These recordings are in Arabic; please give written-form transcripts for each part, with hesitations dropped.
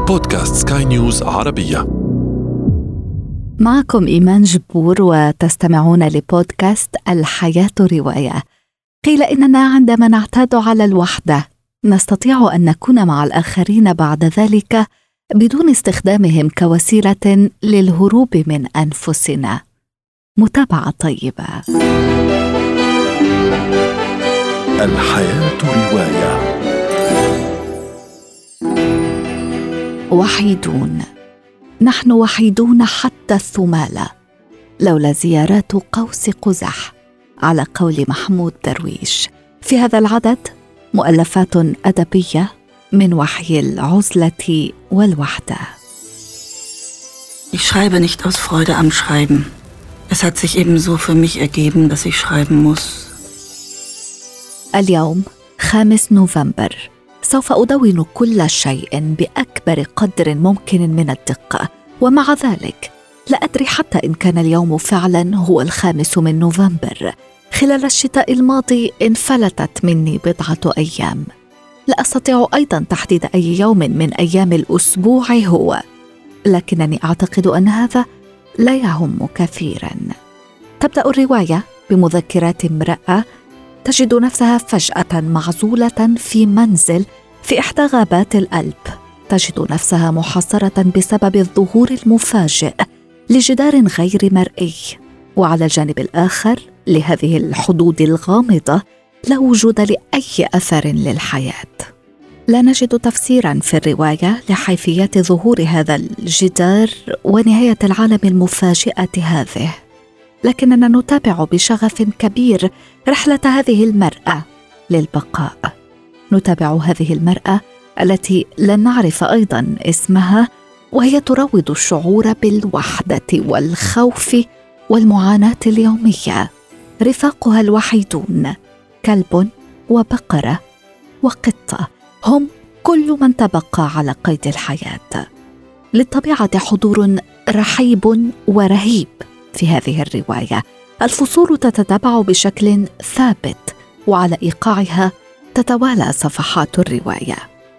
بودكاست سكاي نيوز عربية. معكم إيمان جبور وتستمعون لبودكاست الحياة رواية. قيل إننا عندما نعتاد على الوحدة نستطيع أن نكون مع الآخرين بعد ذلك بدون استخدامهم كوسيلة للهروب من أنفسنا. متابعة طيبة. الحياة رواية. وحيدون. نحن وحيدون حتى الثمالة لولا زيارات قوس قزح، على قول محمود درويش. في هذا العدد مؤلفات أدبية من وحي العزلة والوحدة. Ich schreibe nicht aus Freude am Schreiben. Es hat sich ebenso für mich ergeben, dass ich schreiben muss. اليوم 5 نوفمبر. سوف أدون كل شيء بأكبر قدر ممكن من الدقة، ومع ذلك لا أدري حتى إن كان اليوم فعلا هو 5 من نوفمبر. خلال الشتاء الماضي انفلتت مني بضعة أيام. لا أستطيع أيضا تحديد أي يوم من أيام الأسبوع هو، لكنني أعتقد أن هذا لا يهم كثيرا. تبدأ الرواية بمذكرات امرأة تجد نفسها فجأة معزولة في منزل في إحدى غابات الألب. تجد نفسها محاصرة بسبب الظهور المفاجئ لجدار غير مرئي، وعلى الجانب الآخر لهذه الحدود الغامضة لا وجود لأي أثر للحياة. لا نجد تفسيراً في الرواية لحيثيات ظهور هذا الجدار ونهاية العالم المفاجئة هذه، لكننا نتابع بشغف كبير رحلة هذه المرأة للبقاء. نتابع هذه المرأة التي لن نعرف أيضاً اسمها، وهي تروض الشعور بالوحدة والخوف والمعاناة اليومية. رفاقها الوحيدون كلب وبقرة وقطة، هم كل من تبقى على قيد الحياة. للطبيعة حضور رحيب ورهيب في هذه الرواية. الفصول تتتابع بشكل ثابت، وعلى إيقاعها تتوالى صفحات الرواية.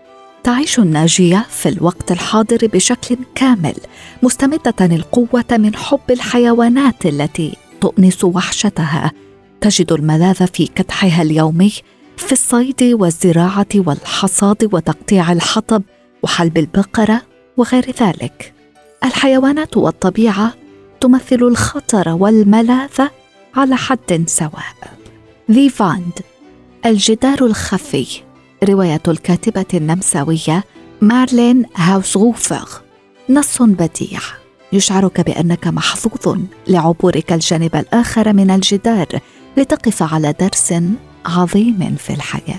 تعيش الناجية في الوقت الحاضر بشكل كامل، مستمدة القوة من حب الحيوانات التي تؤنس وحشتها. تجد الملاذ في كدحها اليومي في الصيد والزراعة والحصاد وتقطيع الحطب وحلب البقرة وغير ذلك. الحيوانات والطبيعة تمثل الخطر والملاذ على حد سواء. ذي فاند، الجدار الخفي، رواية الكاتبة النمساوية مارلين هاوسغوفر. نص بديع يشعرك بأنك محظوظ لعبورك الجانب الآخر من الجدار لتقف على درس عظيم في الحياة.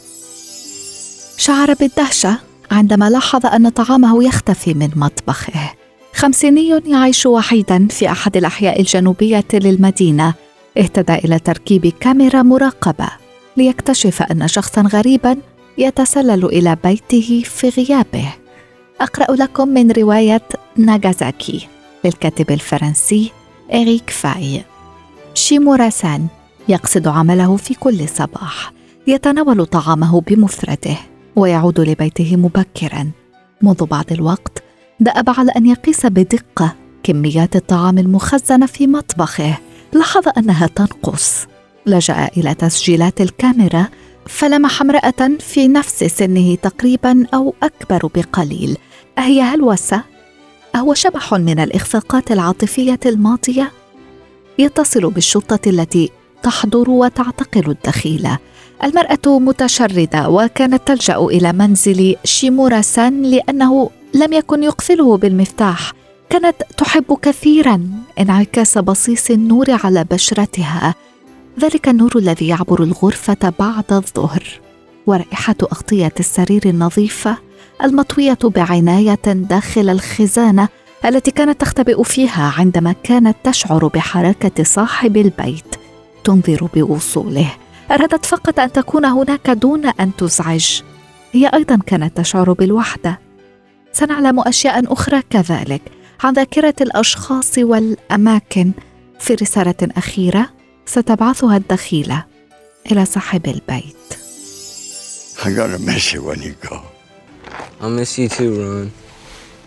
شعر بالدهشة عندما لاحظ أن طعامه يختفي من مطبخه. 50 يعيش وحيدا في أحد الأحياء الجنوبية للمدينة. اهتدى إلى تركيب كاميرا مراقبة ليكتشف أن شخصا غريبا يتسلل إلى بيته في غيابه. أقرأ لكم من رواية ناغازاكي للكاتب الفرنسي إريك فاي. شيمورا-سان يقصد عمله في كل صباح، يتناول طعامه بمفرده ويعود لبيته مبكرا. منذ بعض الوقت دأب على أن يقيس بدقة كميات الطعام المخزنة في مطبخه. لاحظ أنها تنقص. لجأ إلى تسجيلات الكاميرا فلمح امرأة في نفس سنه تقريبا أو أكبر بقليل. أهي هلوسة؟ أهو شبح من الإخفاقات العاطفية الماضية؟ يتصل بالشرطة التي تحضر وتعتقل الدخيلة. المرأة متشردة وكانت تلجأ إلى منزل شيمورا-سان لأنه لم يكن يقفله بالمفتاح. كانت تحب كثيرا انعكاس بصيص النور على بشرتها، ذلك النور الذي يعبر الغرفة بعد الظهر، ورائحة أغطية السرير النظيفة المطوية بعناية داخل الخزانة التي كانت تختبئ فيها عندما كانت تشعر بحركة صاحب البيت تنذر بوصوله. أرادت فقط أن تكون هناك دون أن تزعج. هي أيضا كانت تشعر بالوحدة. سنعلم أشياء أخرى كذلك عن ذاكرة الأشخاص والأماكن في رسالة أخيرة ستبعثها الدخيلة إلى صاحب البيت. I'm gonna miss you when you go. I'll miss you too, Ron.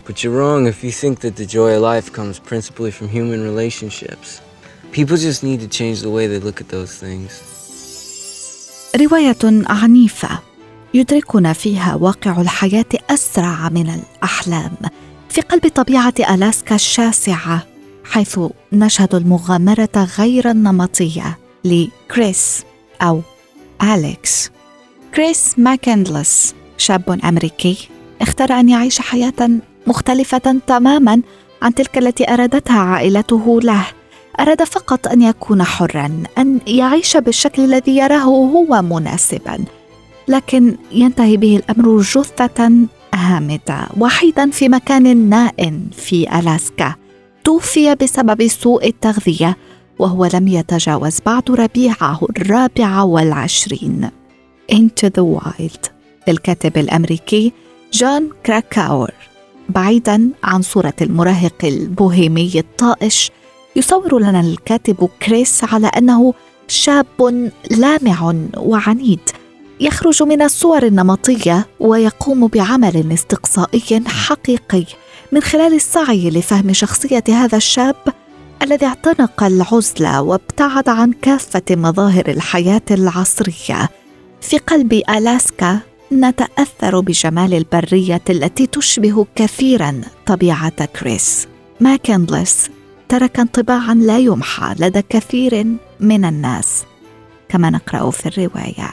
But you're wrong if you think that the joy of life comes principally from human relationships. People just need to change the way they look at those things. رواية عنيفة يدركنا فيها واقع الحياة أسرع من الأحلام في قلب طبيعة ألاسكا الشاسعة، حيث نشهد المغامرة غير النمطية لكريس أو أليكس. كريس ماكندلس شاب أمريكي اختار أن يعيش حياة مختلفة تماماً عن تلك التي أرادتها عائلته له. أراد فقط أن يكون حراً، أن يعيش بالشكل الذي يراه هو مناسباً، لكن ينتهي به الأمر جثة هامدة وحيداً في مكان نائٍ في ألاسكا. توفي بسبب سوء التغذية وهو لم يتجاوز بعد ربيعه 24. Into the Wild للكاتب الأمريكي جون كراكاور. بعيداً عن صورة المراهق البوهيمي الطائش، يصور لنا الكاتب كريس على أنه شاب لامع وعنيد يخرج من الصور النمطية ويقوم بعمل استقصائي حقيقي من خلال السعي لفهم شخصية هذا الشاب الذي اعتنق العزلة وابتعد عن كافة مظاهر الحياة العصرية. في قلب ألاسكا نتأثر بجمال البرية التي تشبه كثيراً طبيعة كريس. ماكندلس ترك انطباعاً لا يمحى لدى كثير من الناس، كما نقرأ في الرواية.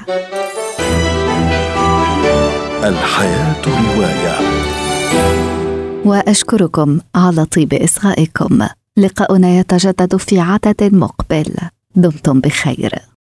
الحياة رواية. وأشكركم على طيب إصغائكم. لقاؤنا يتجدد في عدد مقبل. دمتم بخير.